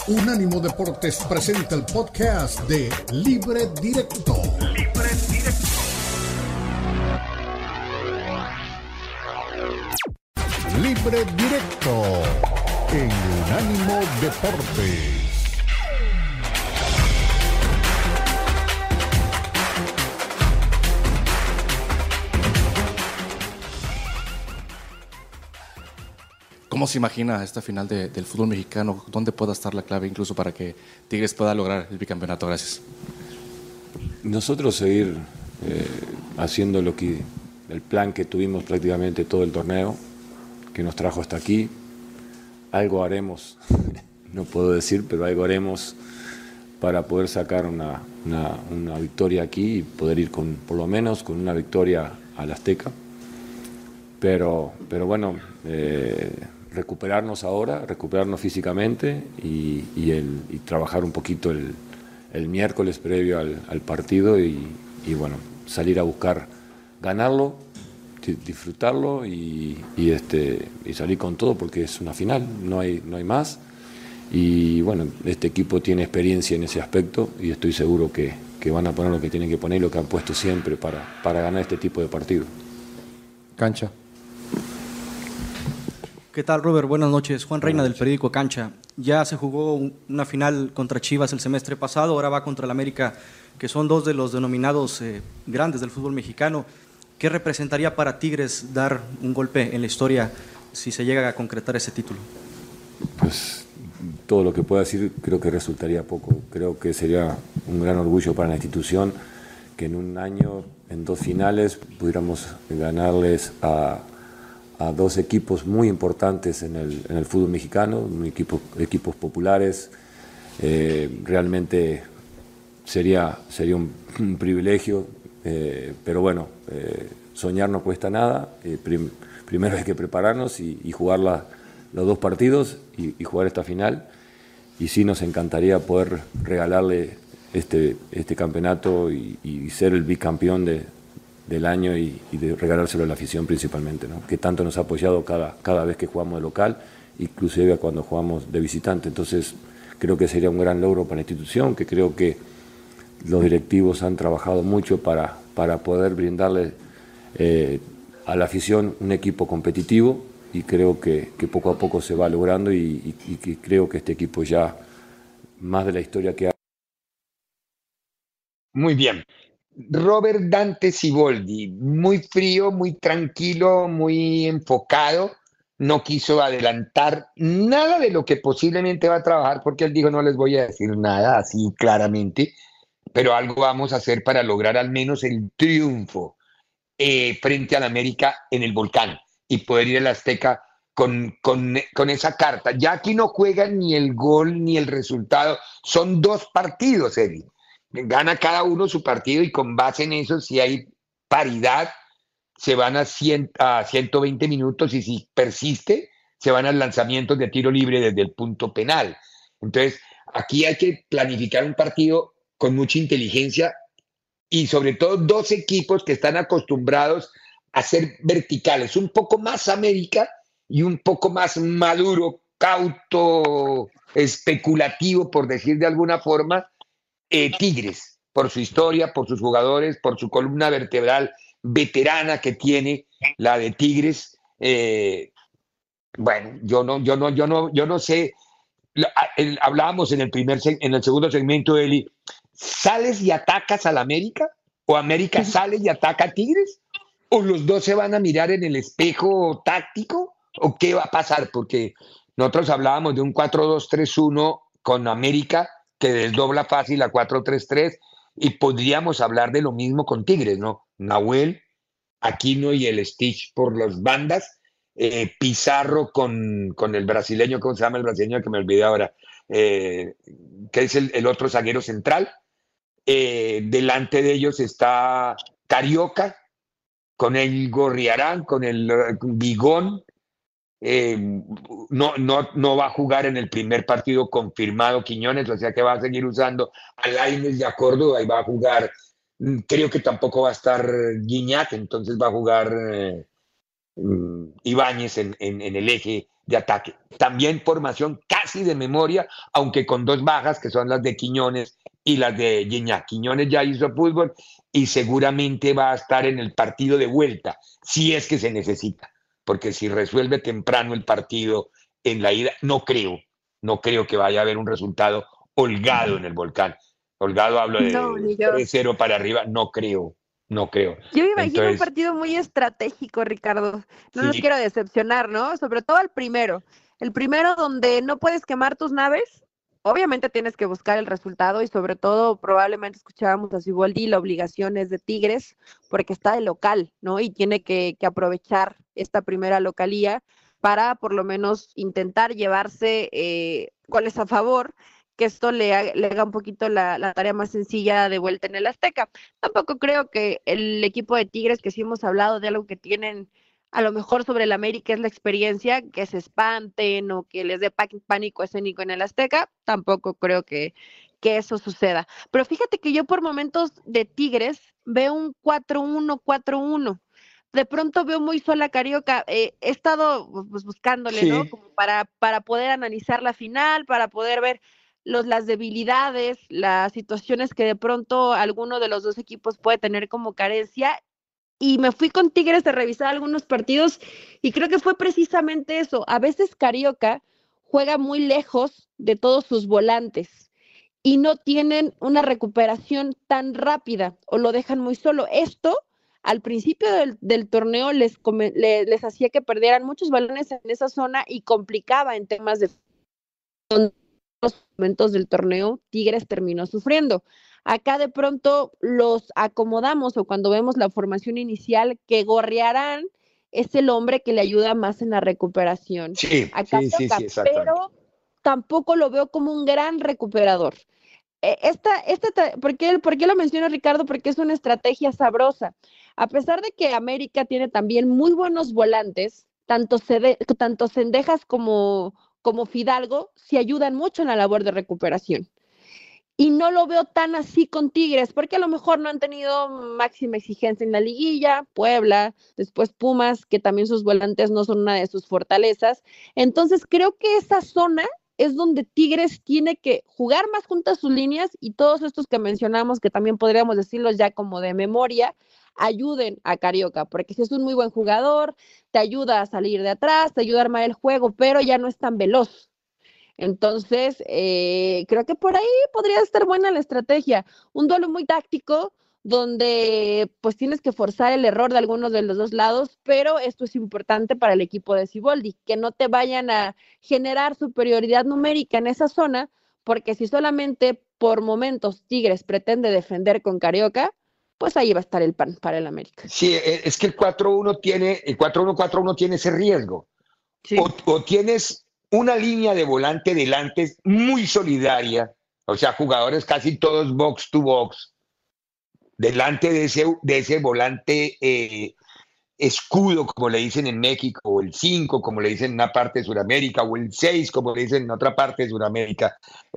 Unánimo Deportes presenta el podcast de Libre Directo. Libre Directo. Libre Directo en Unánimo Deportes. ¿Cómo se imagina esta final del fútbol mexicano? ¿Dónde pueda estar la clave incluso para que Tigres pueda lograr el bicampeonato? Gracias. Nosotros seguir haciendo el plan que tuvimos prácticamente todo el torneo, que nos trajo hasta aquí. Algo haremos, no puedo decir, pero algo haremos para poder sacar una victoria aquí y poder ir por lo menos con una victoria al Azteca. Pero bueno, recuperarnos ahora, recuperarnos físicamente y trabajar un poquito el miércoles previo al partido y bueno, salir a buscar ganarlo, disfrutarlo y salir con todo porque es una final, no hay más. Y bueno, este equipo tiene experiencia en ese aspecto y estoy seguro que van a poner lo que tienen que poner y lo que han puesto siempre para ganar este tipo de partido. Cancha. ¿Qué tal, Robert? Buenas noches. Juan Reina del periódico Cancha. Ya se jugó una final contra Chivas el semestre pasado, ahora va contra el América, que son dos de los denominados grandes del fútbol mexicano. ¿Qué representaría para Tigres dar un golpe en la historia si se llega a concretar ese título? Pues todo lo que pueda decir creo que resultaría poco. Creo que sería un gran orgullo para la institución que en un año, en dos finales, pudiéramos ganarles a dos equipos muy importantes en el fútbol mexicano, equipos populares. Realmente sería un privilegio, pero bueno, soñar no cuesta nada. Primero hay que prepararnos y jugar los dos partidos y jugar esta final. Y sí nos encantaría poder regalarle este campeonato y ser el bicampeón del año y de regalárselo a la afición principalmente, ¿no? Que tanto nos ha apoyado cada vez que jugamos de local, inclusive cuando jugamos de visitante. Entonces creo que sería un gran logro para la institución, que creo que los directivos han trabajado mucho para poder brindarle a la afición un equipo competitivo y creo que poco a poco se va logrando y que creo que este equipo ya más de la historia que ha. Muy bien. Robert Dante Siboldi, muy frío, muy tranquilo, muy enfocado, no quiso adelantar nada de lo que posiblemente va a trabajar porque él dijo no les voy a decir nada así claramente, pero algo vamos a hacer para lograr al menos el triunfo frente al América en el Volcán y poder ir al Azteca con esa carta. Ya aquí no juegan ni el gol ni el resultado, son dos partidos, Eddie. Gana cada uno su partido y con base en eso, si hay paridad, se van a 120 minutos y si persiste, se van a lanzamientos de tiro libre desde el punto penal. Entonces, aquí hay que planificar un partido con mucha inteligencia y sobre todo dos equipos que están acostumbrados a ser verticales, un poco más América y un poco más maduro, cauto, especulativo, por decir de alguna forma, Tigres, por su historia, por sus jugadores, por su columna vertebral veterana que tiene la de Tigres. Bueno, yo no sé. Hablábamos en el segundo segmento, Eli. ¿Sales y atacas al América? ¿O América sale y ataca a Tigres? ¿O los dos se van a mirar en el espejo táctico? ¿O qué va a pasar? Porque nosotros hablábamos de un 4-2-3-1 con América que desdobla fácil a 4-3-3 y podríamos hablar de lo mismo con Tigres, ¿no? Nahuel, Aquino y el Stitch por las bandas, Pizarro con el brasileño, ¿cómo se llama el brasileño que me olvidé ahora? Que es el otro zaguero central. Delante de ellos está Carioca, con el Gorriarán, con el Bigón. No va a jugar en el primer partido confirmado Quiñones, o sea que va a seguir usando a Lainez y a Córdoba y va a jugar, creo que tampoco va a estar Guiñac, entonces va a jugar Ibáñez en el eje de ataque. También formación casi de memoria, aunque con 2 bajas, que son las de Quiñones y las de Gignac. Quiñones ya hizo fútbol y seguramente va a estar en el partido de vuelta, si es que se necesita, porque si resuelve temprano el partido en la ida, no creo que vaya a haber un resultado holgado en el Volcán. Holgado hablo de No, ni yo. 3-0 para arriba, no creo. Yo me imagino Entonces, un partido muy estratégico, Ricardo. No nos sí, quiero decepcionar, ¿no? Sobre todo el primero. El primero donde no puedes quemar tus naves. Obviamente tienes que buscar el resultado y sobre todo probablemente escuchábamos a Siboldi, la obligación es de Tigres porque está de local, ¿no? Y tiene que aprovechar esta primera localía para por lo menos intentar llevarse goles a favor, que esto le haga un poquito la tarea más sencilla de vuelta en el Azteca. Tampoco creo que el equipo de Tigres, que sí hemos hablado de algo que tienen a lo mejor sobre el América, es la experiencia, que se espanten o que les dé pánico escénico en el Azteca, tampoco creo que eso suceda. Pero fíjate que yo por momentos de Tigres veo un 4-1, 4-1. De pronto veo muy sola Carioca. He estado pues, buscándole, sí. ¿no? Como para poder analizar la final, para poder ver las debilidades, las situaciones que de pronto alguno de los dos equipos puede tener como carencia. Y me fui con Tigres a revisar algunos partidos y creo que fue precisamente eso. A veces Carioca juega muy lejos de todos sus volantes y no tienen una recuperación tan rápida o lo dejan muy solo. Esto al principio del torneo les hacía que perdieran muchos balones en esa zona y complicaba en temas de los momentos del torneo. Tigres terminó sufriendo. Acá de pronto los acomodamos o cuando vemos la formación inicial que Gorriarán es el hombre que le ayuda más en la recuperación. Sí, Acá sí, toca, exactamente. pero tampoco lo veo como un gran recuperador. ¿Por qué lo menciono, Ricardo? Porque es una estrategia sabrosa. A pesar de que América tiene también muy buenos volantes, tanto Cendejas como Fidalgo, sí ayudan mucho en la labor de recuperación. Y no lo veo tan así con Tigres, porque a lo mejor no han tenido máxima exigencia en la liguilla, Puebla, después Pumas, que también sus volantes no son una de sus fortalezas. Entonces creo que esa zona es donde Tigres tiene que jugar más juntas sus líneas y todos estos que mencionamos, que también podríamos decirlos ya como de memoria, ayuden a Carioca, porque si es un muy buen jugador, te ayuda a salir de atrás, te ayuda a armar el juego, pero ya no es tan veloz. Entonces, creo que por ahí podría estar buena la estrategia. Un duelo muy táctico donde pues tienes que forzar el error de algunos de los dos lados, pero esto es importante para el equipo de Siboldi, que no te vayan a generar superioridad numérica en esa zona, porque si solamente por momentos Tigres pretende defender con Carioca, pues ahí va a estar el pan para el América. Sí, es que el 4-1-4-1 tiene ese riesgo. Sí. O tienes una línea de volante delante muy solidaria, o sea, jugadores casi todos box to box, delante de ese volante escudo, como le dicen en México, o el 5, como le dicen en una parte de Sudamérica, o el 6, como le dicen en otra parte de Sudamérica,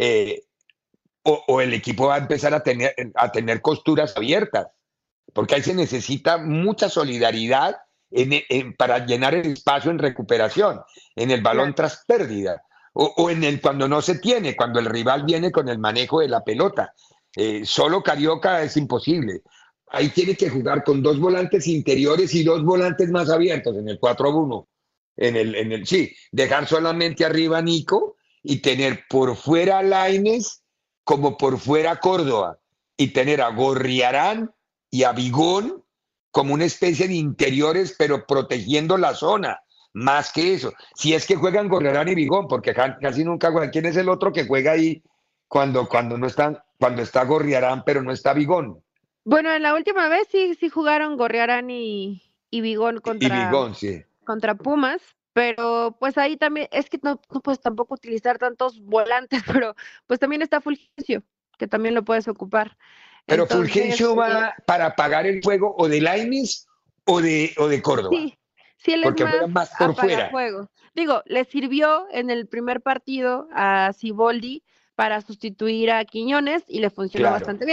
o el equipo va a empezar a tener costuras abiertas, porque ahí se necesita mucha solidaridad para llenar el espacio en recuperación, en el balón tras pérdida, o cuando no se tiene, cuando el rival viene con el manejo de la pelota. Solo Carioca es imposible. Ahí tiene que jugar con 2 volantes interiores y 2 volantes más abiertos en el 4-1. Sí, dejar solamente arriba a Nico y tener por fuera a Lainez como por fuera a Córdoba y tener a Gorriarán y a Vigón como una especie de interiores, pero protegiendo la zona, más que eso. Si es que juegan Gorriarán y Vigón, porque casi nunca juegan. ¿Quién es el otro que juega ahí cuando está Gorriarán, pero no está Vigón? Bueno, en la última vez sí jugaron Gorriarán y Vigón contra Pumas, pero pues ahí también, es que no puedes tampoco utilizar tantos volantes, pero pues también está Fulgencio, que también lo puedes ocupar. Pero Entonces, Fulgencio va para apagar el juego o de Lainez o de Córdoba. Sí, él porque es más por fuera. Juego. Digo, le sirvió en el primer partido a Siboldi para sustituir a Quiñones y le funcionó bastante bien.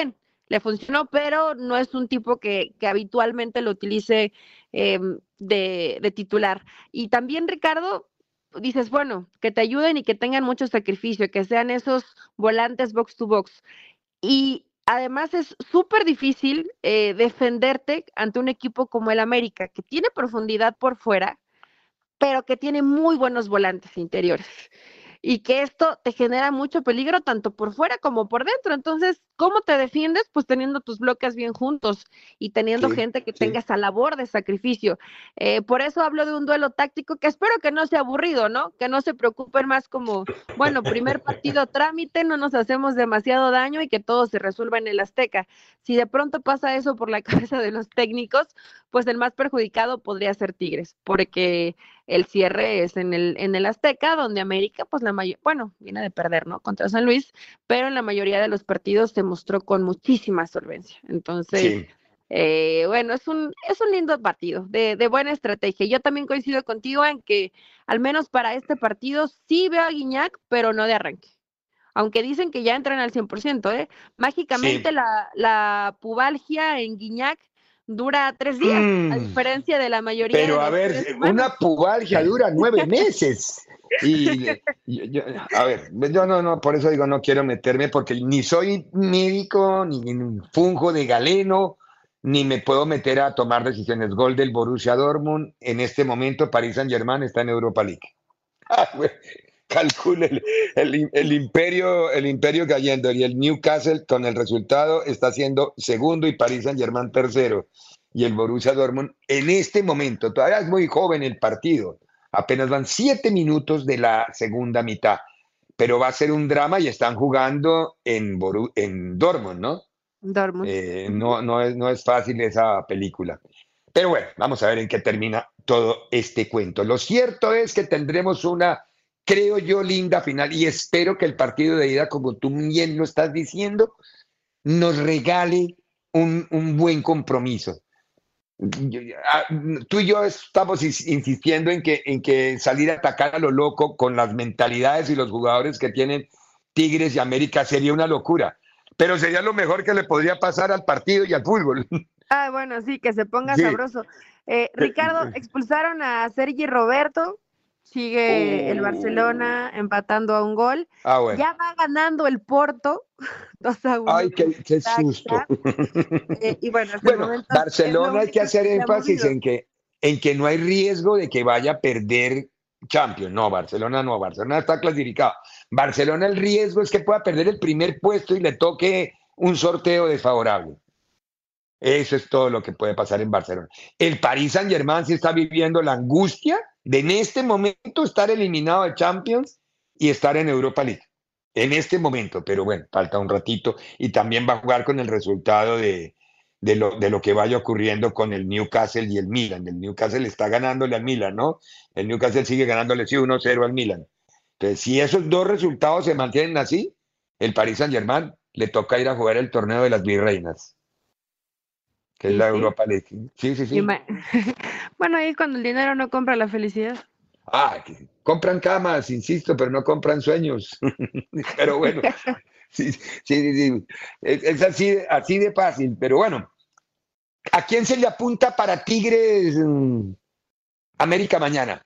le funcionó, pero no es un tipo que habitualmente lo utilice de titular. Y también, Ricardo, dices, bueno, que te ayuden y que tengan mucho sacrificio, que sean esos volantes box to box. Y además es súper difícil defenderte ante un equipo como el América, que tiene profundidad por fuera, pero que tiene muy buenos volantes interiores. Y que esto te genera mucho peligro tanto por fuera como por dentro. Entonces, ¿cómo te defiendes? Pues teniendo tus bloques bien juntos y teniendo gente que tenga esa labor de sacrificio. Por eso hablo de un duelo táctico que espero que no sea aburrido, ¿no? Que no se preocupen más como, bueno, primer partido trámite, no nos hacemos demasiado daño y que todo se resuelva en el Azteca. Si de pronto pasa eso por la cabeza de los técnicos, pues el más perjudicado podría ser Tigres, porque el cierre es en el Azteca, donde América, pues viene de perder, ¿no? Contra San Luis, pero en la mayoría de los partidos se mostró con muchísima solvencia. Entonces, bueno, es un lindo partido, de buena estrategia. Yo también coincido contigo en que, al menos para este partido, sí veo a Guiñac, pero no de arranque. Aunque dicen que ya entran al 100%, ¿eh? Mágicamente la pubalgia en Guiñac dura 3 días, a diferencia de la mayoría de Pero a los ver, seres humanos. una pubalgia dura 9 meses. A ver, yo no, por eso digo, no quiero meterme porque ni soy médico, ni funjo de galeno, ni me puedo meter a tomar decisiones. Gol del Borussia Dortmund. En este momento, Paris Saint-Germain está en Europa League. Calcule el imperio cayendo y el Newcastle con el resultado está siendo segundo y Paris Saint-Germain tercero. Y el Borussia Dortmund en este momento, todavía es muy joven el partido, apenas van 7 minutos de la segunda mitad, pero va a ser un drama y están jugando en Dortmund, ¿no? Dortmund. No es fácil esa película. Pero bueno, vamos a ver en qué termina todo este cuento. Lo cierto es que tendremos una, creo yo, linda final y espero que el partido de ida, como tú bien lo estás diciendo, nos regale un buen compromiso. Tú y yo estamos insistiendo en que salir a atacar a lo loco con las mentalidades y los jugadores que tienen Tigres y América sería una locura, pero sería lo mejor que le podría pasar al partido y al fútbol. Bueno, sí, que se ponga sabroso. Ricardo, expulsaron a Sergi Roberto, sigue el Barcelona empatando a un gol. Bueno. Ya va ganando el Porto 2-1. Ay, qué susto. Y bueno, Barcelona hay que hacer énfasis en que no hay riesgo de que vaya a perder Champions. No, Barcelona está clasificado. Barcelona el riesgo es que pueda perder el primer puesto y le toque un sorteo desfavorable. Eso es todo lo que puede pasar en Barcelona. El Paris Saint-Germain sí está viviendo la angustia de en este momento estar eliminado de Champions y estar en Europa League. En este momento, pero bueno, falta un ratito y también va a jugar con el resultado de lo que vaya ocurriendo con el Newcastle y el Milan. El Newcastle está ganándole al Milan, ¿no? El Newcastle sigue ganándole 1-0 al Milan. Entonces, si esos dos resultados se mantienen así, el Paris Saint-Germain le toca ir a jugar el torneo de las Virreinas, que es la Europa League. Sí. Bueno, ahí cuando el dinero no compra la felicidad. Compran camas, insisto, pero no compran sueños. Pero bueno, sí. Es así de fácil. Pero bueno, ¿a quién se le apunta para Tigres América mañana?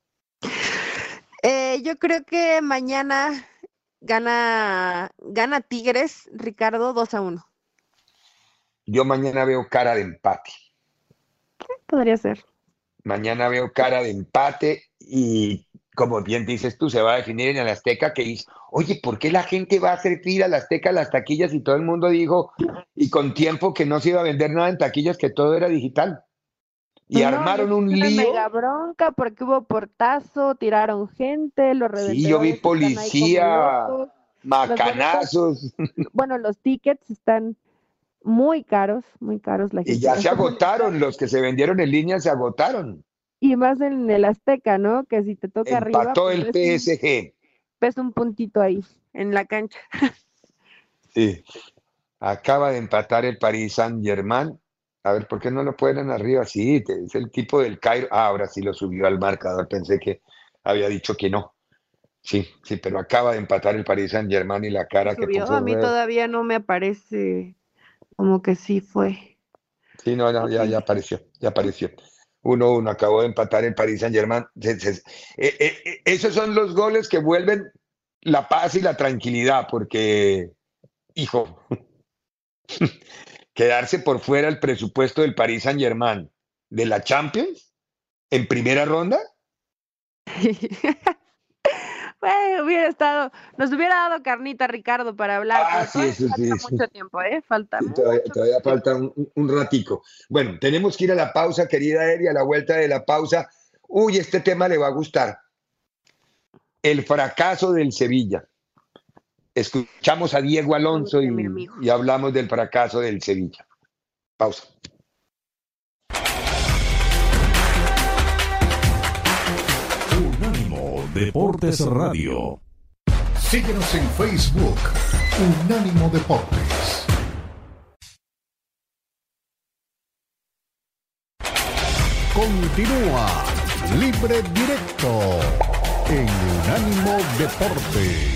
Yo creo que mañana gana Tigres, Ricardo, 2-1. Yo mañana veo cara de empate. Podría ser. Mañana veo cara de empate y, como bien dices tú, se va a definir en el Azteca, que dice, oye, ¿por qué la gente va a hacer fila al Azteca, a las taquillas? Y todo el mundo dijo, y con tiempo, que no se iba a vender nada en taquillas, que todo era digital. Y armaron un lío. Mega bronca porque hubo portazo, tiraron gente, los revendedores. Sí, yo vi policía, macanazos. Los tickets están muy caros. La gente y ya se agotaron, los que se vendieron en línea se agotaron. Y más en el Azteca, ¿no? Que si te toca arriba. Empató el PSG. Pesa un puntito ahí, en la cancha. Sí. Acaba de empatar el Paris Saint-Germain. A ver, ¿por qué no lo ponen arriba? Sí, es el tipo del Cairo. Ahora sí lo subió al marcador. Pensé que había dicho que no. Sí, pero acaba de empatar el Paris Saint-Germain y la cara que puso. A mí todavía no me aparece Como que sí fue. Sí, no, no, Ok. ya apareció, ya apareció. 1-1, acabó de empatar el Paris Saint-Germain. Esos son los goles que vuelven la paz y la tranquilidad, porque, hijo, quedarse por fuera el presupuesto del Paris Saint-Germain de la Champions en primera ronda. Bueno, nos hubiera dado carnita, Ricardo, para hablar, Ah, pero sí, todavía eso falta sí, mucho sí. tiempo, ¿eh? Falta Sí, todavía mucho tiempo. falta un ratico. Bueno, tenemos que ir a la pausa, querida Eri, a la vuelta de la pausa. Uy, este tema le va a gustar. El fracaso del Sevilla. Escuchamos a Diego Alonso De mi amigo. y hablamos del fracaso del Sevilla. Pausa. Unánimo Deportes Radio. Síguenos en Facebook, Unánimo Deportes. Continúa Libre Directo en Unánimo Deportes.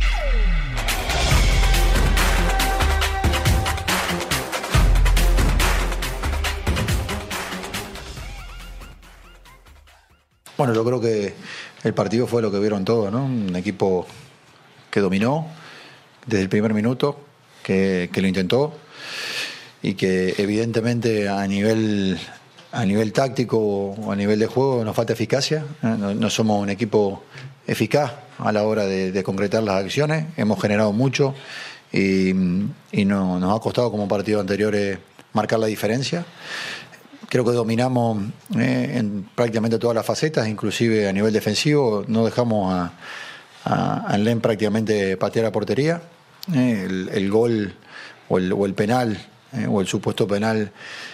Bueno, yo creo que el partido fue lo que vieron todos, ¿no? Un equipo que dominó desde el primer minuto, que lo intentó y que evidentemente a nivel táctico o a nivel de juego nos falta eficacia. No somos un equipo eficaz a la hora de concretar las acciones. Hemos generado mucho y nos ha costado como partidos anteriores marcar la diferencia. Creo que dominamos en prácticamente todas las facetas, inclusive a nivel defensivo. No dejamos a Len prácticamente patear a portería. El gol o el penal o el supuesto penal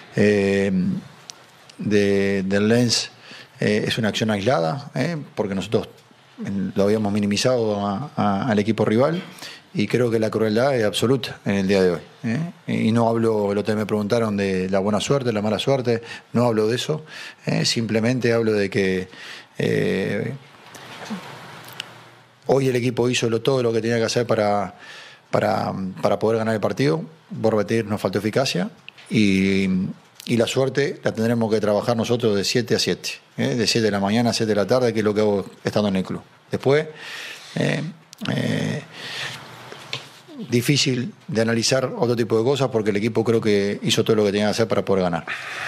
del Lens es una acción aislada, porque nosotros lo habíamos minimizado al equipo rival. Y creo que la crueldad es absoluta en el día de hoy. Y no hablo, lo que me preguntaron de la buena suerte, la mala suerte, no hablo de eso. Simplemente hablo de que hoy el equipo hizo todo lo que tenía que hacer para poder ganar el partido. Por repetir, nos faltó eficacia. Y la suerte la tendremos que trabajar nosotros de 7 a 7. De 7 de la mañana a 7 de la tarde, que es lo que hago estando en el club. Después... difícil de analizar otro tipo de cosas porque el equipo creo que hizo todo lo que tenía que hacer para poder ganar.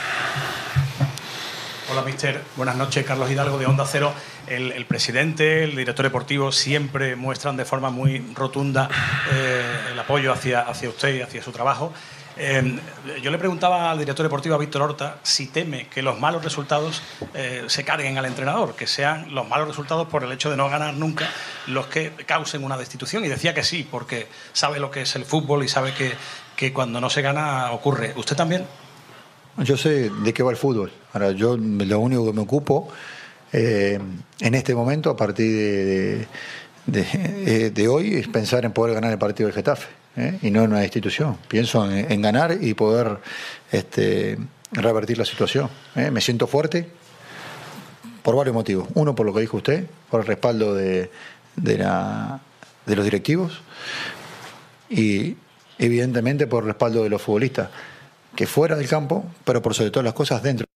Hola, mister. Buenas noches. Carlos Hidalgo, de Onda Cero. El presidente, el director deportivo siempre muestran de forma muy rotunda el apoyo hacia usted y hacia su trabajo. Yo le preguntaba al director deportivo, a Víctor Horta, si teme que los malos resultados se carguen al entrenador, que sean los malos resultados por el hecho de no ganar nunca los que causen una destitución. Y decía que sí, porque sabe lo que es el fútbol y sabe que cuando no se gana ocurre. ¿Usted también? Yo sé de qué va el fútbol. Ahora, yo lo único que me ocupo en este momento, a partir de hoy, es pensar en poder ganar el partido del Getafe. Y no en una destitución. Pienso en ganar y poder revertir la situación. Me siento fuerte por varios motivos. Uno, por lo que dijo usted, por el respaldo de los directivos y evidentemente por el respaldo de los futbolistas, que fuera del campo, pero por sobre todas las cosas dentro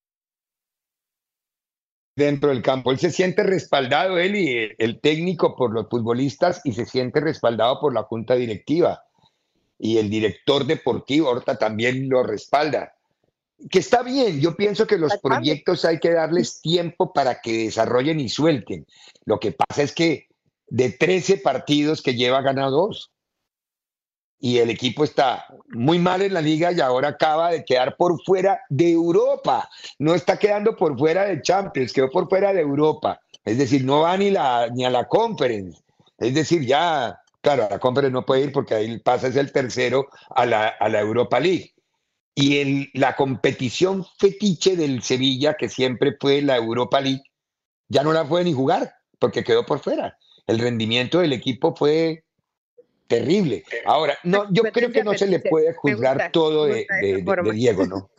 Del campo. Él se siente respaldado, él y el técnico, por los futbolistas, y se siente respaldado por la junta directiva. Y el director deportivo, Horta, también lo respalda. Que está bien, yo pienso que los proyectos hay que darles tiempo para que desarrollen y suelten. Lo que pasa es que de 13 partidos que lleva, gana 2. Y el equipo está muy mal en la liga y ahora acaba de quedar por fuera de Europa. No está quedando por fuera de Champions, quedó por fuera de Europa. Es decir, no va ni a la Conference. Es decir, ya... Claro, a la Conference no puede ir porque ahí pasa, es el tercero a la Europa League. Y la competición fetiche del Sevilla, que siempre fue la Europa League, ya no la puede ni jugar porque quedó por fuera. El rendimiento del equipo fue terrible. Ahora, no, yo creo que no se le puede juzgar todo de Diego, ¿no?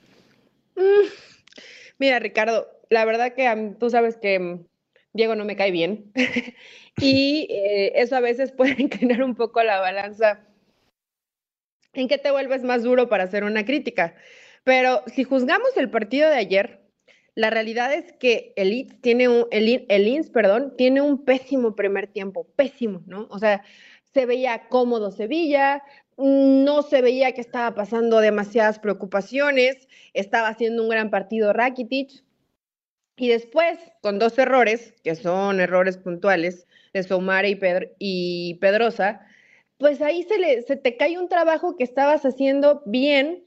Mira, Ricardo, la verdad que tú sabes que Diego no me cae bien y eso a veces puede inclinar un poco la balanza ¿En qué te vuelves más duro para hacer una crítica? Pero si juzgamos el partido de ayer, la realidad es que el Linz tiene un pésimo primer tiempo, pésimo, ¿no? O sea, se veía cómodo Sevilla, no se veía que estaba pasando demasiadas preocupaciones, estaba haciendo un gran partido Rakitic, y después, con 2 errores, que son errores puntuales, de Soumare y Pedrosa, pues ahí se te cae un trabajo que estabas haciendo bien.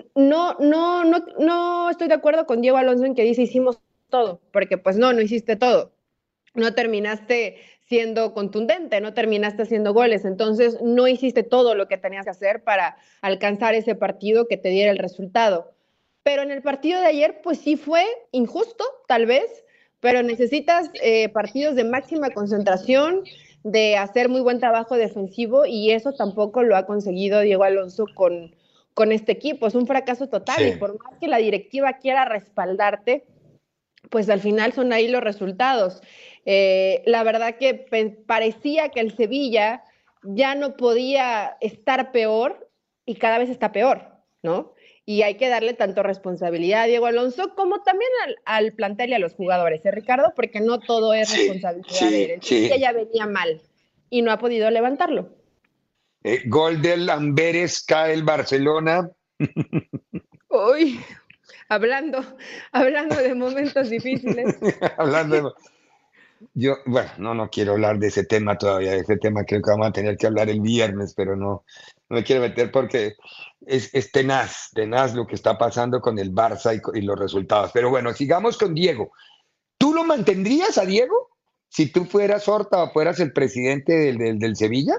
No estoy de acuerdo con Diego Alonso en que dice hicimos todo, porque pues no hiciste todo. No terminaste siendo contundente, no terminaste haciendo goles, entonces no hiciste todo lo que tenías que hacer para alcanzar ese partido que te diera el resultado. Pero en el partido de ayer, pues sí fue injusto, tal vez, pero necesitas partidos de máxima concentración, de hacer muy buen trabajo defensivo, y eso tampoco lo ha conseguido Diego Alonso con este equipo. Es un fracaso total, sí. Y por más que la directiva quiera respaldarte, pues al final son ahí los resultados. La verdad que parecía que el Sevilla ya no podía estar peor y cada vez está peor, ¿no? Y hay que darle tanto responsabilidad a Diego Alonso como también al plantel y a los jugadores, Ricardo, porque no todo es responsabilidad de él. El Sevilla ya venía mal y no ha podido levantarlo. Gol del Amberes, cae el Barcelona. Uy, hablando de momentos difíciles. Yo, bueno, no quiero hablar de ese tema todavía. De ese tema creo que vamos a tener que hablar el viernes, pero no me quiero meter porque es tenaz lo que está pasando con el Barça y los resultados. Pero bueno, sigamos con Diego. ¿Tú lo mantendrías a Diego si tú fueras Horta o fueras el presidente del Sevilla?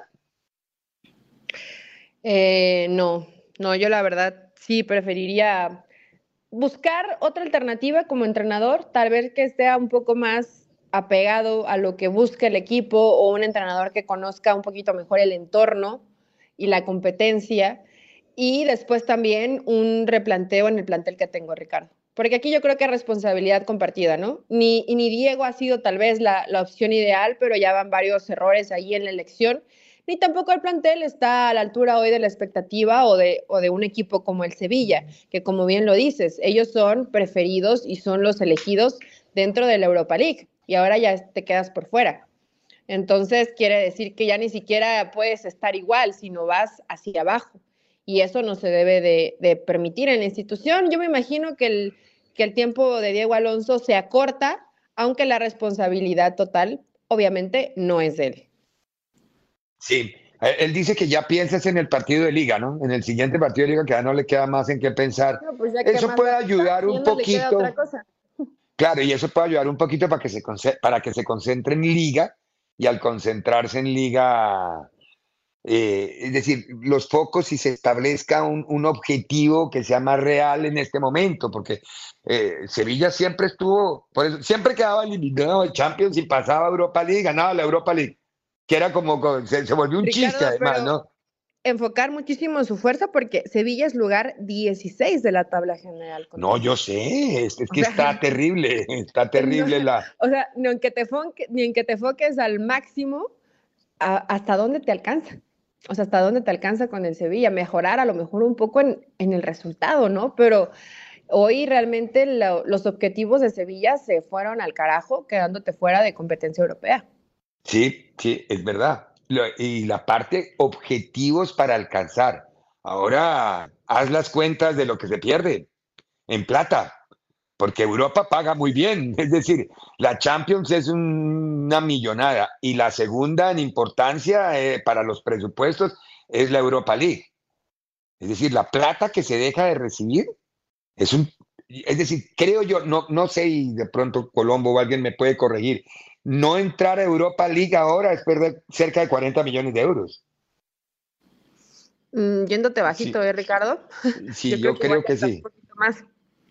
No, yo la verdad sí preferiría buscar otra alternativa como entrenador, tal vez que esté un poco más apegado a lo que busca el equipo, o un entrenador que conozca un poquito mejor el entorno y la competencia, y después también un replanteo en el plantel que tengo, Ricardo. Porque aquí yo creo que es responsabilidad compartida, ¿no? Ni Diego ha sido tal vez la opción ideal, pero ya van varios errores ahí en la elección, ni tampoco el plantel está a la altura hoy de la expectativa o de un equipo como el Sevilla, que como bien lo dices, ellos son preferidos y son los elegidos dentro de la Europa League, y ahora ya te quedas por fuera. Entonces quiere decir que ya ni siquiera puedes estar igual, sino vas hacia abajo, y eso no se debe de permitir en la institución. Yo me imagino que el tiempo de Diego Alonso se acorta, aunque la responsabilidad total obviamente no es de él. Sí, él dice que ya piensas en el partido de Liga, ¿no? En el siguiente partido de Liga, que ya no le queda más en qué pensar. No, pues eso puede ayudar un poquito. Otra cosa. Claro, y eso puede ayudar un poquito para que se concentre en Liga, y al concentrarse en Liga, es decir, los focos, y se establezca un objetivo que sea más real en este momento, porque Sevilla siempre estuvo, por eso, siempre quedaba eliminado de Champions y pasaba a Europa League, ganaba la Europa League, que era como, se volvió un Ricardo, chiste además, ¿no? Enfocar muchísimo su fuerza, porque Sevilla es lugar 16 de la tabla general. No, yo sé, es que está terrible, O sea, ni en que te enfoques al máximo, ¿hasta dónde te alcanza? O sea, ¿hasta dónde te alcanza con el Sevilla? Mejorar a lo mejor un poco en el resultado, ¿no? Pero hoy realmente los objetivos de Sevilla se fueron al carajo, quedándote fuera de competencia europea. Sí, es verdad. Y la parte objetivos para alcanzar. Ahora haz las cuentas de lo que se pierde en plata, porque Europa paga muy bien. Es decir, la Champions es una millonada, y la segunda en importancia para los presupuestos es la Europa League. Es decir, la plata que se deja de recibir es decir, creo yo, no sé, y de pronto Colombo o alguien me puede corregir, no entrar a Europa League ahora es perder cerca de 40 millones de euros. Yéndote bajito, Sí. Ricardo. Sí, yo creo que sí. Un poquito más.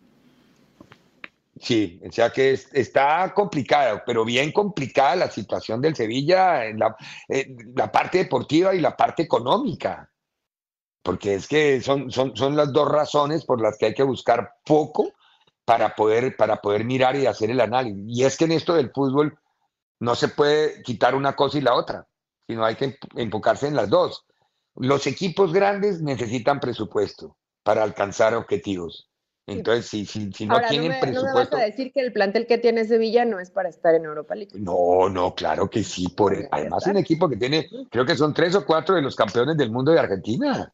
Sí, o sea que está complicada, pero bien complicada la situación del Sevilla en la parte deportiva y la parte económica, porque es que son las dos razones por las que hay que buscar poco para poder mirar y hacer el análisis. Y es que en esto del fútbol no se puede quitar una cosa y la otra, sino hay que enfocarse en las dos. Los equipos grandes necesitan presupuesto para alcanzar objetivos. Entonces, si no Ahora, tienen no me vas presupuesto... a decir que el plantel que tiene Sevilla no es para estar en Europa League. No, claro que sí. Además, un equipo que tiene, creo que son 3 o 4 de los campeones del mundo de Argentina.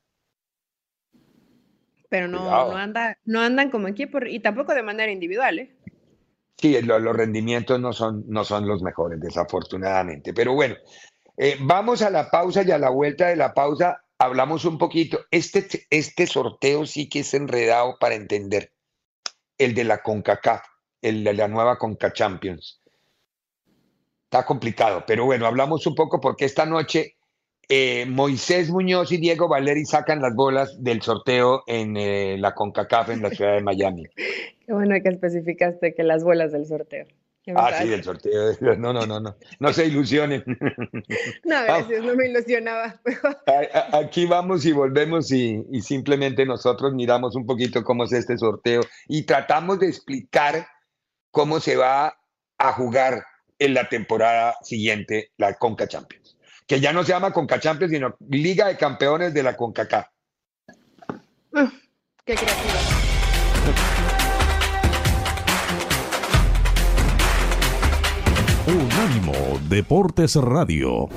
Pero no andan como equipo y tampoco de manera individual, ¿eh? Sí, los rendimientos no son los mejores, desafortunadamente. Pero bueno, vamos a la pausa y a la vuelta de la pausa hablamos un poquito. Este sorteo sí que es enredado para entender. El de la CONCACAF, el de la nueva CONCACHAMPIONS. Está complicado, pero bueno, hablamos un poco porque esta noche Moisés Muñoz y Diego Valeri sacan las bolas del sorteo en la CONCACAF en la ciudad de Miami. Qué bueno que especificaste que las bolas del sorteo. Sí, del sorteo. No se ilusionen. No, gracias, no me ilusionaba. Aquí vamos y volvemos y simplemente nosotros miramos un poquito cómo es este sorteo y tratamos de explicar cómo se va a jugar en la temporada siguiente la CONCACHAMPIONS, que ya no se llama CONCACHAMPIONS, sino Liga de Campeones de la CONCACAF. Qué creativo. Unánimo Deportes Radio.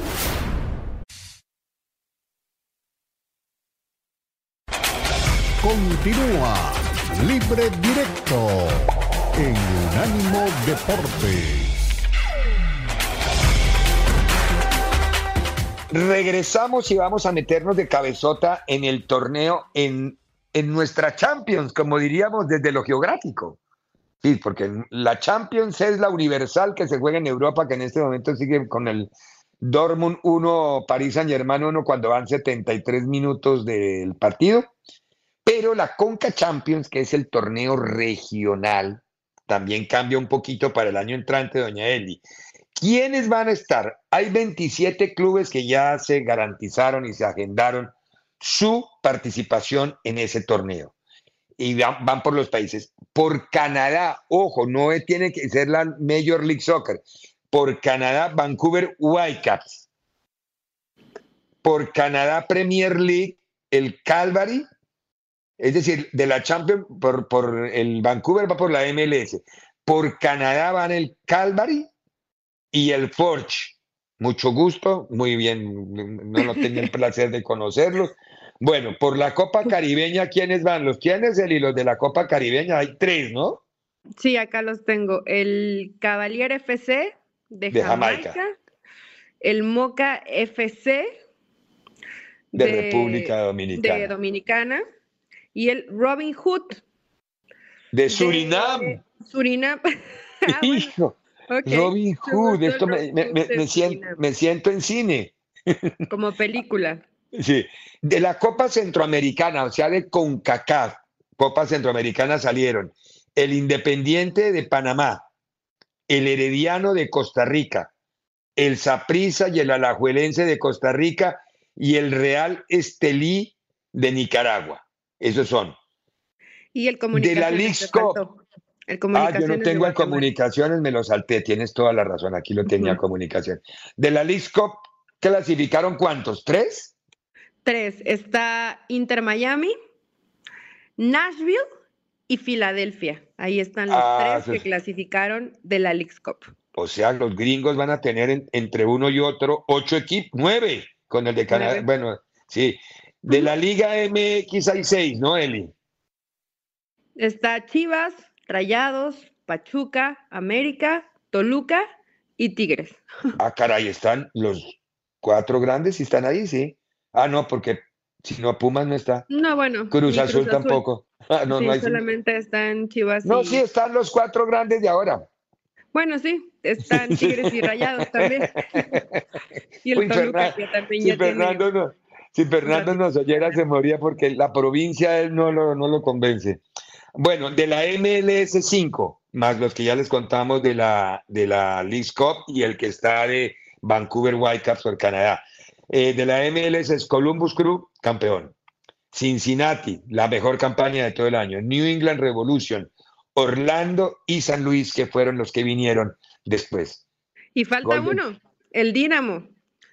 Continúa Libre Directo en Unánimo Deportes. Regresamos y vamos a meternos de cabezota en el torneo, en nuestra Champions, como diríamos desde lo geográfico. Sí, porque la Champions es la universal que se juega en Europa, que en este momento sigue con el Dortmund 1, Paris Saint-Germain 1, cuando van 73 minutos del partido. Pero la CONCACHAMPIONS, que es el torneo regional, también cambia un poquito para el año entrante, doña Eli. ¿Quiénes van a estar? Hay 27 clubes que ya se garantizaron y se agendaron su participación en ese torneo. Y van por los países. Por Canadá, ojo, no tiene que ser la Major League Soccer. Por Canadá, Vancouver Whitecaps. Por Canadá Premier League, el Calgary. Es decir, de la Champions, por el Vancouver va por la MLS. Por Canadá van el Calgary y el Forge. Mucho gusto, muy bien, no tenía el placer de conocerlos. Bueno, por la Copa Caribeña, ¿quiénes van? ¿Quiénes y los de la Copa Caribeña? Hay 3, ¿no? Sí, acá los tengo. El Cavalier FC de Jamaica. El Moca FC de República Dominicana. Y el Robin Hood de Surinam. Surinam. Hijo, okay. Robin Hood, esto me siento en cine. Como película. Sí, de la Copa Centroamericana, o sea, de CONCACAF, Copa Centroamericana salieron el Independiente de Panamá, el Herediano de Costa Rica, el Saprissa y el Alajuelense de Costa Rica y el Real Estelí de Nicaragua. Esos son. Y el Comunicaciones. De la Leagues Cup. Yo no tengo en Comunicaciones, me lo salté, tienes toda la razón, aquí lo tenía Comunicaciones. De la Leagues Cup, ¿clasificaron cuántos? ¿3? 3. Está Inter Miami, Nashville y Filadelfia. Ahí están los 3 que clasificaron de la Leagues Cup. O sea, los gringos van a tener entre uno y otro 8 equipos, 9 con el de Canadá. 9. Bueno, sí. De la Liga MX hay 6, ¿no, Eli? Está Chivas, Rayados, Pachuca, América, Toluca y Tigres. Caray, están los 4 grandes y están ahí, sí. No, porque si no, Pumas no está. No, bueno. Cruz Azul tampoco. No, sí, no hay solamente están Chivas. No, sí, están los 4 grandes de ahora. Bueno, sí, están Tigres y Rayados también. Y el Toluca, que también ya tiene... Si Fernando nos oyera, se moría porque la provincia él no lo convence. Bueno, de la MLS 5, más los que ya les contamos de la Leagues Cup y el que está de Vancouver Whitecaps por Canadá. De la MLS es Columbus Crew, campeón. Cincinnati, la mejor campaña de todo el año. New England Revolution, Orlando y San Luis, que fueron los que vinieron después. Y falta uno, el Dínamo.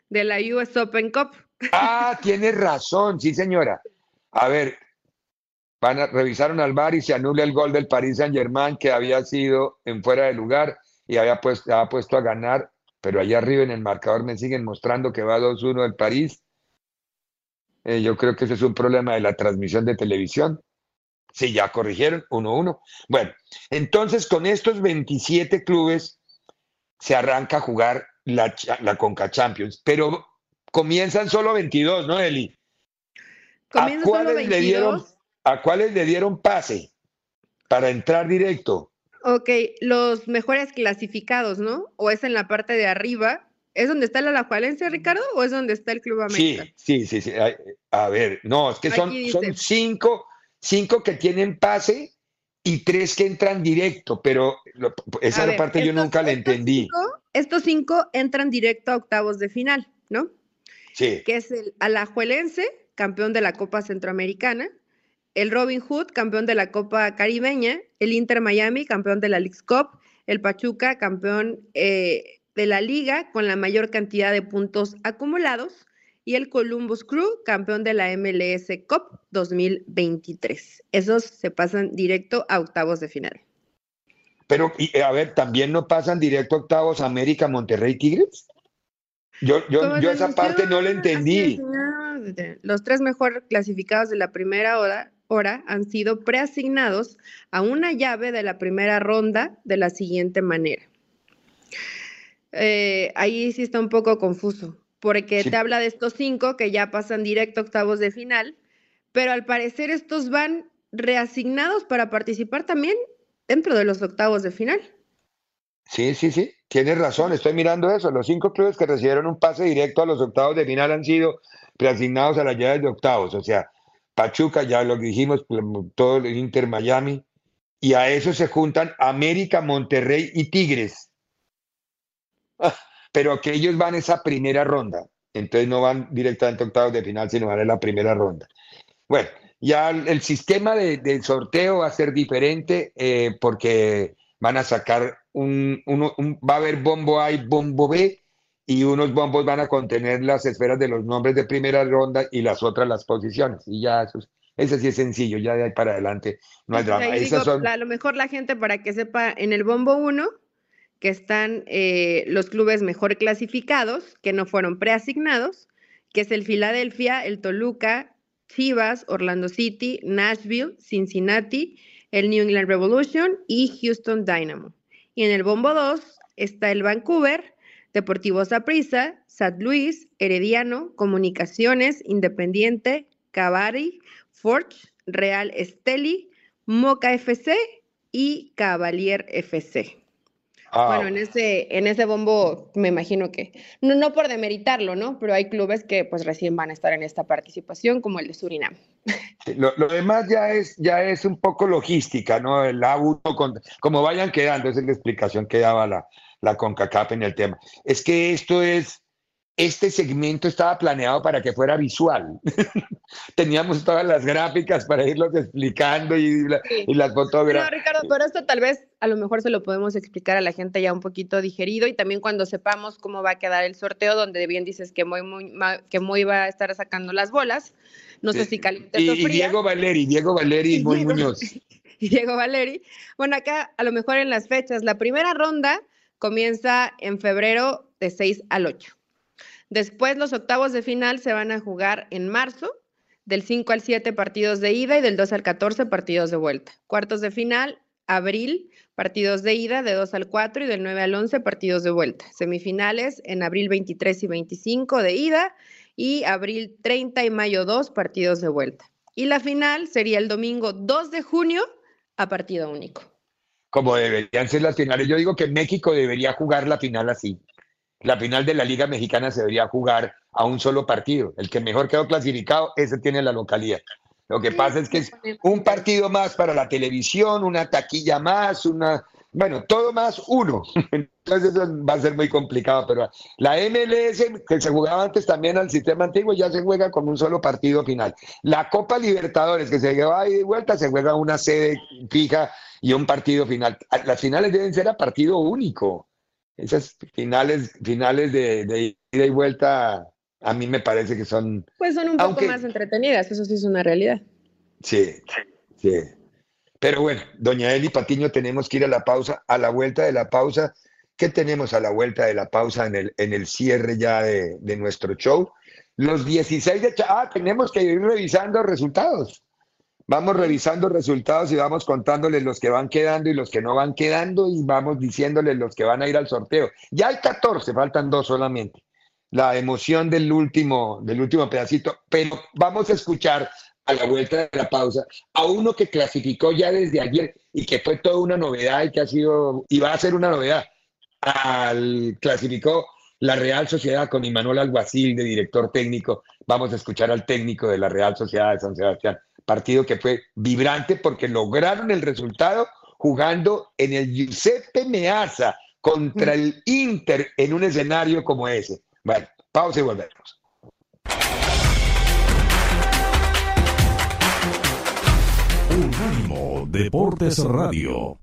de la US Open Cup. Ah, tienes razón, sí, señora. A ver, revisaron al VAR y se anula el gol del Paris Saint-Germain que había sido en fuera de lugar y había puesto a ganar, pero allá arriba en el marcador me siguen mostrando que va 2-1 el París. Yo creo que ese es un problema de la transmisión de televisión. Sí, ya corrigieron, 1-1. Bueno, entonces con estos 27 clubes se arranca a jugar la Conca Champions, pero comienzan solo 22, ¿no, Eli? Comienzan solo 22. ¿A cuáles le dieron pase para entrar directo? Ok, los mejores clasificados, ¿no? ¿O es en la parte de arriba? ¿Es donde está la Alajuelense, Ricardo, o es donde está el Club América? Sí. A ver, no, es que son cinco que tienen pase y 3 que entran directo, pero esa parte yo nunca la entendí. Estos 5 entran directo a octavos de final, ¿no? Sí. Que es el Alajuelense, campeón de la Copa Centroamericana, el Robin Hood, campeón de la Copa Caribeña, el Inter Miami, campeón de la Leagues Cup, el Pachuca, campeón de la Liga con la mayor cantidad de puntos acumulados, y el Columbus Crew, campeón de la MLS Cup 2023. Esos se pasan directo a octavos de final. Pero, a ver, ¿también no pasan directo a octavos América, Monterrey, Tigres? Yo esa parte no la entendí. Los 3 mejor clasificados de la primera hora han sido preasignados a una llave de la primera ronda de la siguiente manera. Ahí sí está un poco confuso, porque te habla de estos 5 que ya pasan directo a octavos de final, pero al parecer estos van reasignados para participar también dentro de los octavos de final. Sí, tienes razón, estoy mirando eso. Los 5 clubes que recibieron un pase directo a los octavos de final han sido preasignados a las llaves de octavos, o sea, Pachuca, ya lo dijimos, todo el Inter Miami, y a eso se juntan América, Monterrey y Tigres. Pero que ellos van esa primera ronda, entonces no van directamente a octavos de final, sino van en la primera ronda. Bueno, ya el sistema de sorteo va a ser diferente porque van a sacar va a haber bombo A y bombo B, y unos bombos van a contener las esferas de los nombres de primera ronda y las otras las posiciones. Y ya eso sí es sencillo, ya de ahí para adelante no hay drama. A lo mejor la gente, para que sepa, en el bombo 1, que están los clubes mejor clasificados, que no fueron preasignados, que es el Philadelphia, el Toluca, Chivas, Orlando City, Nashville, Cincinnati, el New England Revolution y Houston Dynamo. Y en el bombo 2 está el Vancouver, Deportivo Saprissa, St. Louis, Herediano, Comunicaciones, Independiente, Cavari, Forge, Real Esteli, Moca FC y Cavalier FC. Bueno, en ese bombo me imagino que, no por demeritarlo, ¿no? Pero hay clubes que pues recién van a estar en esta participación, como el de Surinam. Sí, lo demás ya es un poco logística, ¿no? El A1, como vayan quedando, esa es la explicación que daba la CONCACAF en el tema. Es que este segmento estaba planeado para que fuera visual. Teníamos todas las gráficas para irlos explicando y las fotografías. No, Ricardo, pero esto tal vez a lo mejor se lo podemos explicar a la gente ya un poquito digerido, y también cuando sepamos cómo va a quedar el sorteo, donde bien dices que Moy va a estar sacando las bolas. No sé si caliente o fría. Y Diego Valeri y Moy Muñoz. Y Diego Valeri. Bueno, acá a lo mejor en las fechas, la primera ronda comienza en febrero de 6 al 8. Después los octavos de final se van a jugar en marzo, del 5 al 7 partidos de ida y del 2 al 14 partidos de vuelta. Cuartos de final, abril, partidos de ida de 2 al 4 y del 9 al 11 partidos de vuelta. Semifinales en abril 23 y 25 de ida y abril 30 y mayo 2 partidos de vuelta. Y la final sería el domingo 2 de junio a partido único. Como deberían ser las finales. Yo digo que México debería jugar la final así. La final de la Liga Mexicana se debería jugar a un solo partido. El que mejor quedó clasificado, ese tiene la localidad. Lo que pasa es que es un partido más para la televisión, una taquilla más, todo más uno. Entonces eso va a ser muy complicado, pero la MLS, que se jugaba antes también al sistema antiguo, ya se juega con un solo partido final. La Copa Libertadores, que se lleva ahí de vuelta, se juega una sede fija y un partido final. Las finales deben ser a partido único. Esas finales de ida y vuelta a mí me parece que son... Pues son un poco más entretenidas, eso sí es una realidad. Sí. Pero bueno, doña Eli Patiño, tenemos que ir a la pausa. A la vuelta de la pausa, ¿qué tenemos a la vuelta de la pausa en el cierre ya de nuestro show? Los 16 de... tenemos que ir revisando resultados. Vamos revisando resultados y vamos contándoles los que van quedando y los que no van quedando y vamos diciéndoles los que van a ir al sorteo. Ya hay 14, faltan 2 solamente. La emoción del último pedacito, pero vamos a escuchar a la vuelta de la pausa a uno que clasificó ya desde ayer y que fue toda una novedad y que va a ser una novedad. Clasificó la Real Sociedad con Imanol Alguacil de director técnico. Vamos a escuchar al técnico de la Real Sociedad de San Sebastián. Partido que fue vibrante porque lograron el resultado jugando en el Giuseppe Meazza contra el Inter en un escenario como ese. Bueno, pausa y volvemos. Unánimo Deportes Radio.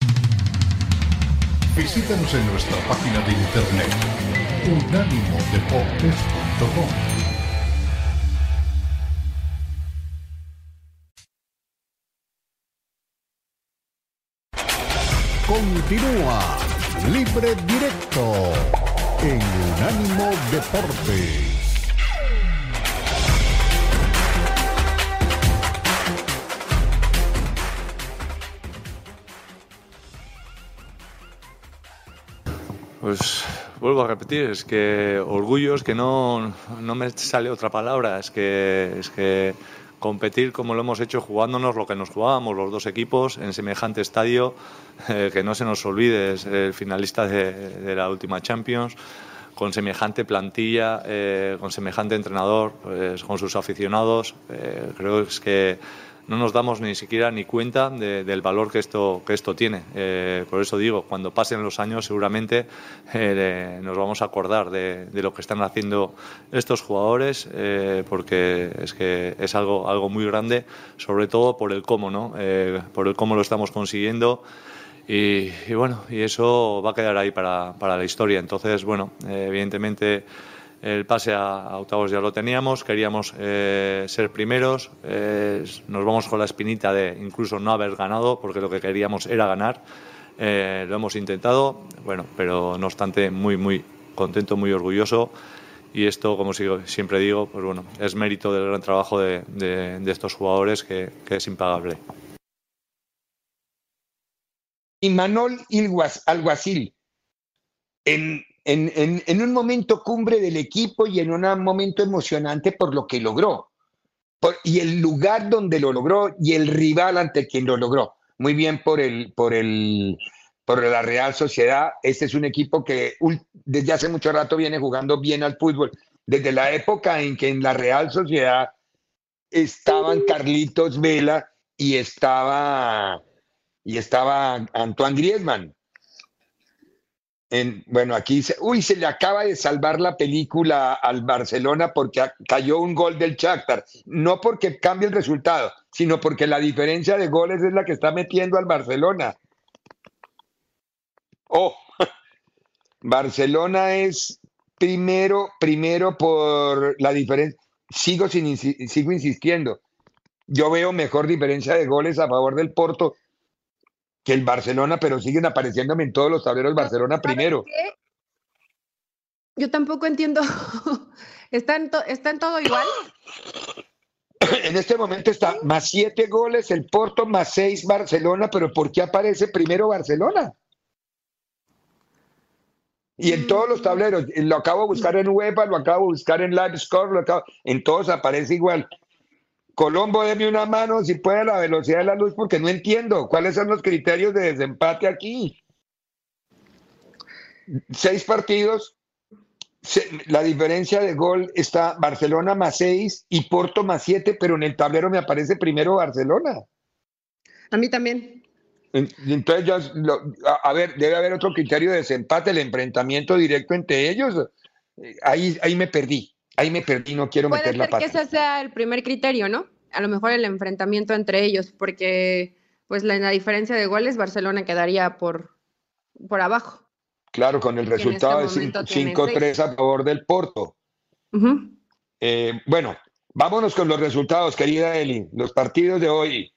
Visítanos en nuestra página de internet unánimodeportes.com. Continúa Libre Directo en Unánimo Deportes. Pues vuelvo a repetir, es que orgullo, es que no me sale otra palabra, es que competir como lo hemos hecho jugándonos lo que nos jugábamos los dos equipos en semejante estadio, que no se nos olvide, es el finalista de la última Champions, con semejante plantilla, con semejante entrenador, pues, con sus aficionados. Creo que no nos damos ni siquiera ni cuenta del valor que esto tiene. Por eso digo, cuando pasen los años seguramente nos vamos a acordar de lo que están haciendo estos jugadores, porque es que es algo muy grande, sobre todo por el cómo, ¿no? Por el cómo lo estamos consiguiendo. Y bueno, y eso va a quedar ahí para la historia. Entonces, bueno, evidentemente el pase a octavos ya lo teníamos, queríamos ser primeros, nos vamos con la espinita de incluso no haber ganado, porque lo que queríamos era ganar, lo hemos intentado, bueno, pero no obstante muy, muy contento, muy orgulloso, y esto, como siempre digo, pues bueno, es mérito del gran trabajo de estos jugadores que es impagable. Imanol Alguacil, en un momento cumbre del equipo y en un momento emocionante por lo que logró, y el lugar donde lo logró y el rival ante quien lo logró. Muy bien por la Real Sociedad. Este es un equipo que desde hace mucho rato viene jugando bien al fútbol. Desde la época en que en la Real Sociedad estaban Carlitos Vela y estaba Antoine Griezmann. Bueno, aquí se le acaba de salvar la película al Barcelona porque cayó un gol del Shakhtar. No porque cambie el resultado, sino porque la diferencia de goles es la que está metiendo al Barcelona. Barcelona es primero por la diferencia. Sigo insistiendo. Yo veo mejor diferencia de goles a favor del Porto que el Barcelona, pero siguen apareciéndome en todos los tableros el Barcelona primero. Yo tampoco entiendo. ¿Está en todo igual? En este momento está más 7 goles el Porto, más 6 Barcelona, pero ¿por qué aparece primero Barcelona? Y en todos los tableros, lo acabo de buscar en UEFA, lo acabo de buscar en LiveScore, en todos aparece igual. Colombo, deme una mano si puede a la velocidad de la luz, porque no entiendo cuáles son los criterios de desempate aquí. 6 partidos, la diferencia de gol está Barcelona más 6 y Porto más 7, pero en el tablero me aparece primero Barcelona. A mí también. Entonces, debe haber otro criterio de desempate, el enfrentamiento directo entre ellos. Ahí me perdí. No quiero meter la pata. Puede ser que ese sea el primer criterio, ¿no? A lo mejor el enfrentamiento entre ellos, porque pues la diferencia de goles, Barcelona quedaría por abajo. Claro, con el que en este resultado de momento tiene 5-3 a favor del Porto. Ujú. Bueno, vámonos con los resultados, querida Eli. Los partidos de hoy.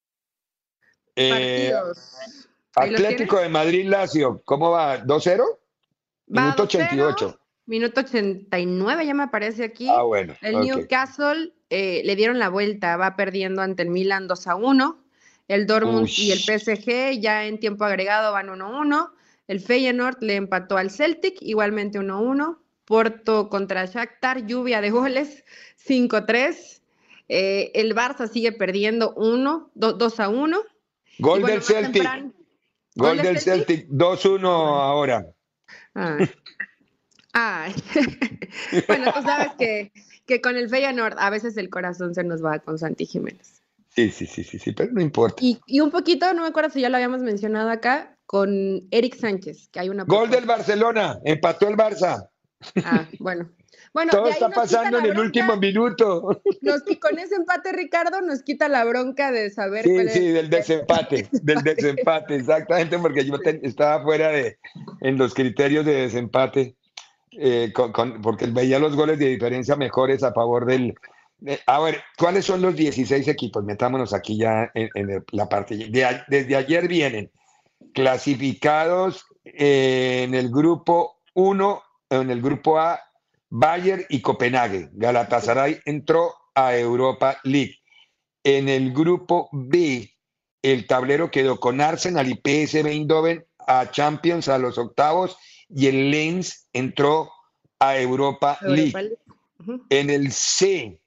Partidos. ¿Ahí los Atlético tienes? de Madrid-Lazio, ¿cómo va? ¿2-0? Va Minuto 2-0, 88. minuto 89 ya me aparece aquí. Ah, bueno. El ok. Newcastle le dieron la vuelta, va perdiendo ante el Milan 2-1. El Dortmund Uy. y el PSG ya en tiempo agregado van 1-1. El Feyenoord le empató al Celtic, igualmente 1-1. Porto contra Shakhtar, lluvia de goles, 5-3. El Barça sigue perdiendo 2-1. Gol Y bueno, del más Celtic. temprano, Gol del Celtic, 2-1 ahora. Ay. Ay. Bueno, tú sabes que con el Feyenoord a veces el corazón se nos va con Santi Jiménez. Sí, pero no importa. Y un poquito, no me acuerdo si ya lo habíamos mencionado acá, con Eric Sánchez, que hay una Gol propuesta. del Barcelona, empató el Barça. Ah, bueno. Bueno, Todo de ahí está nos quita pasando en la el bronca. último minuto. Con ese empate, Ricardo, nos quita la bronca de saber Sí, cuál es. del desempate, exactamente, porque yo estaba fuera en los criterios de desempate, porque veía los goles de diferencia mejores a favor del... a ver, ¿cuáles son los 16 equipos? Metámonos aquí ya en la parte. Desde ayer vienen clasificados en el grupo 1, en el grupo A, Bayern y Copenhague. Galatasaray entró a Europa League. En el grupo B, el tablero quedó con Arsenal y PSV Eindhoven a Champions a los octavos y el Lens entró a Europa League. Uh-huh. En el C,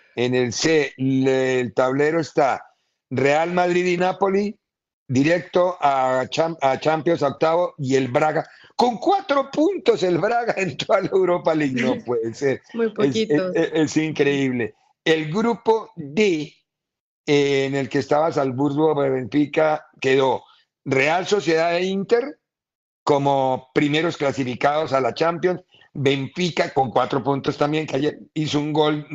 el tablero está Real Madrid y Napoli directo a Champions a octavo y el Braga con 4 puntos. El Braga entró a la Europa League. No puede ser. Muy poquitos. Es increíble. El grupo D, en el que estaba Salzburgo, Benfica, quedó Real Sociedad e Inter como primeros clasificados a la Champions. Benfica con 4 puntos también, que ayer hizo un gol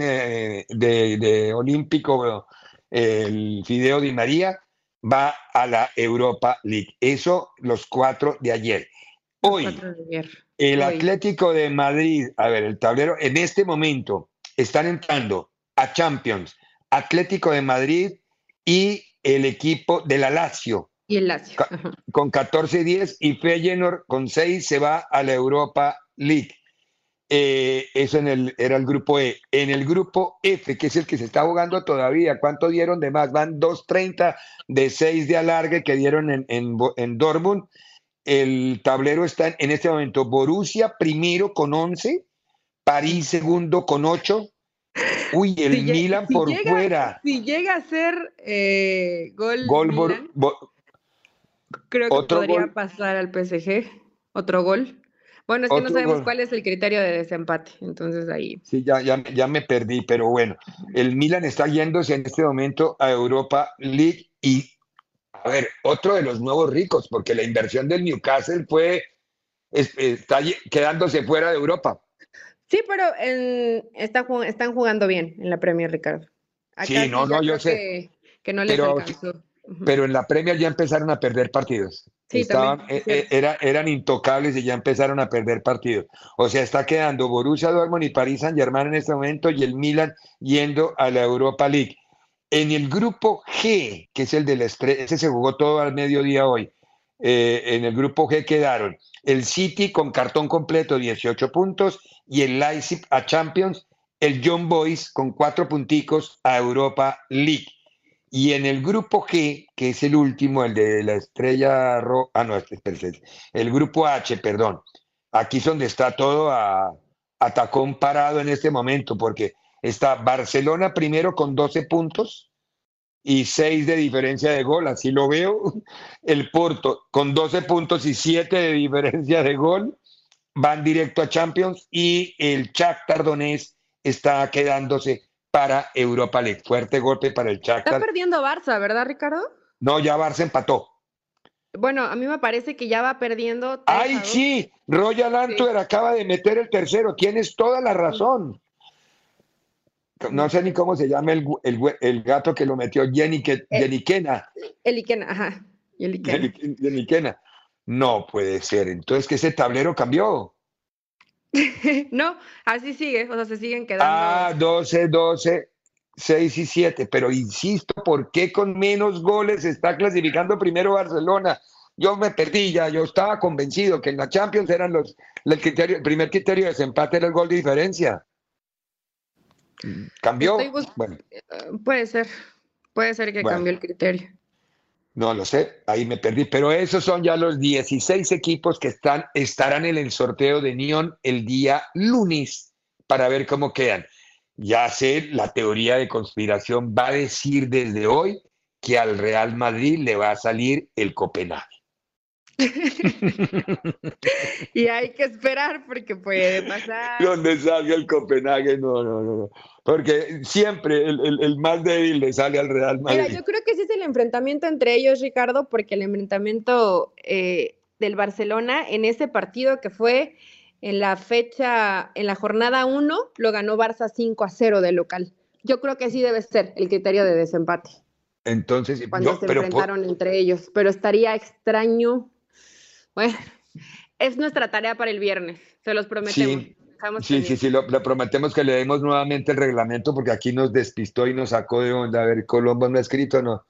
de olímpico, el Fideo Di María, va a la Europa League. Eso los 4 de ayer. Hoy, el Atlético de Madrid, a ver, el tablero, en este momento están entrando a Champions Atlético de Madrid y el equipo de la Lazio. Y el Lazio. Con 14-10 y Feyenoord con 6 se va a la Europa League. Eso era el grupo E. En el grupo F, que es el que se está jugando todavía, ¿cuánto dieron de más? Van 2.30 de 6 de alargue que dieron en Dortmund. El tablero está en este momento Borussia primero con 11, París segundo con 8. Uy, el Milan por fuera. Si llega a ser gol Milan, creo que podría pasar al PSG. Otro gol. Bueno, es que no sabemos cuál es el criterio de desempate, entonces ahí... Sí, ya me perdí, pero bueno, el Milan está yéndose en este momento a Europa League y, a ver, otro de los nuevos ricos, porque la inversión del Newcastle está quedándose fuera de Europa. Sí, pero están jugando bien en la Premier, Ricardo. Acá sí, yo sé. Que no les alcanzó. Pero en la Premier ya empezaron a perder partidos. Sí, eran intocables y ya empezaron a perder partidos. O sea, está quedando Borussia Dortmund y Paris Saint-Germain en este momento y el Milan yendo a la Europa League. En el grupo G, que es el del ese se jugó todo al mediodía hoy. En el grupo G quedaron el City con cartón completo 18 puntos y el Leipzig a Champions, el Young Boys con 4 punticos a Europa League. Y en el grupo G, que es el último, el de la estrella roja, el grupo H, perdón, aquí es donde está todo a tacón parado en este momento, porque está Barcelona primero con 12 puntos y 6 de diferencia de gol, así lo veo. El Porto con 12 puntos y 7 de diferencia de gol, van directo a Champions y el Shakhtar Donetsk está quedándose para Europa League. Fuerte golpe para el Shakhtar. Está perdiendo Barça, ¿verdad, Ricardo? No, ya Barça empató. Bueno, a mí me parece que ya va perdiendo. ¡Ay, sí! Royal Antwerp acaba de meter el tercero. Tienes toda la razón. No sé ni cómo se llama el gato que lo metió, Yenikena. El Ikena, ajá. Yenikena. No puede ser. Entonces, ¿que ese tablero cambió? No, así sigue, o sea, se siguen quedando. 12, 6 y 7. Pero insisto, ¿por qué con menos goles está clasificando primero Barcelona? Yo me perdí ya, yo estaba convencido que en la Champions eran el primer criterio de desempate era el gol de diferencia. ¿Cambió? Bueno. Puede ser que cambió el criterio. No lo sé, ahí me perdí, pero esos son ya los 16 equipos que estarán en el sorteo de Nyon el día lunes para ver cómo quedan. Ya sé, la teoría de conspiración va a decir desde hoy que al Real Madrid le va a salir el Copenhague. Y hay que esperar porque puede pasar. Donde salga el Copenhague, no. Porque siempre el más débil le sale al Real Madrid. Mira, yo creo que ese es el enfrentamiento entre ellos, Ricardo, porque el enfrentamiento del Barcelona en ese partido que fue en la jornada 1, lo ganó Barça 5-0 de local. Yo creo que así debe ser el criterio de desempate. Entonces, cuando se enfrentaron entre ellos, pero estaría extraño. Bueno, es nuestra tarea para el viernes, se los prometemos. Sí, lo prometemos que le demos nuevamente el reglamento porque aquí nos despistó y nos sacó de onda. A ver, Colombo no ha escrito, no.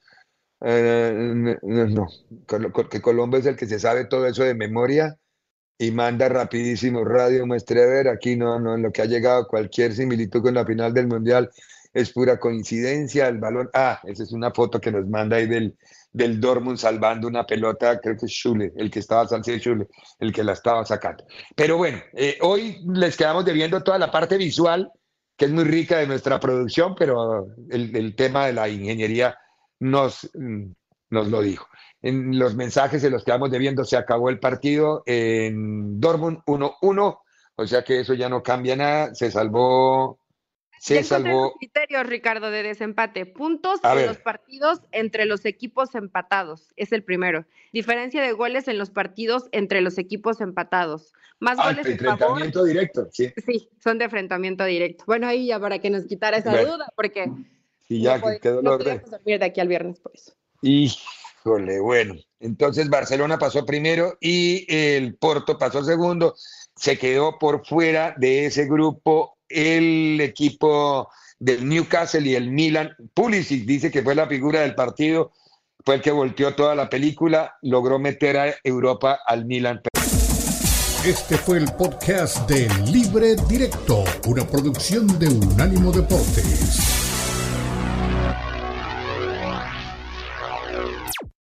No, que Colombo es el que se sabe todo eso de memoria y manda rapidísimo radio, muestre a ver, aquí no, en lo que ha llegado cualquier similitud con la final del Mundial es pura coincidencia, el balón, esa es una foto que nos manda ahí del Dortmund salvando una pelota, creo que es Schüle, el que estaba Schüle, el que la estaba sacando. Pero bueno, hoy les quedamos debiendo toda la parte visual, que es muy rica de nuestra producción, pero el tema de la ingeniería nos lo dijo. En los mensajes se los quedamos debiendo, se acabó el partido en Dortmund 1-1, o sea que eso ya no cambia nada, se salvó. Los criterios, Ricardo, de desempate. Puntos en los partidos entre los equipos empatados. Es el primero. Diferencia de goles en los partidos entre los equipos empatados. Más goles en favor. Enfrentamiento directo, sí. Sí, son de enfrentamiento directo. Bueno, ahí ya para que nos quitara esa duda, porque sí, ya quedó no podemos dormir de aquí al viernes por eso. Híjole, bueno. Entonces Barcelona pasó primero y el Porto pasó segundo. Se quedó por fuera de ese grupo el equipo del Newcastle y el Milan. Pulisic dice que fue la figura del partido, fue el que volteó toda la película, logró meter a Europa al Milan. Este fue el podcast de Libre Directo, una producción de Unánimo Deportes.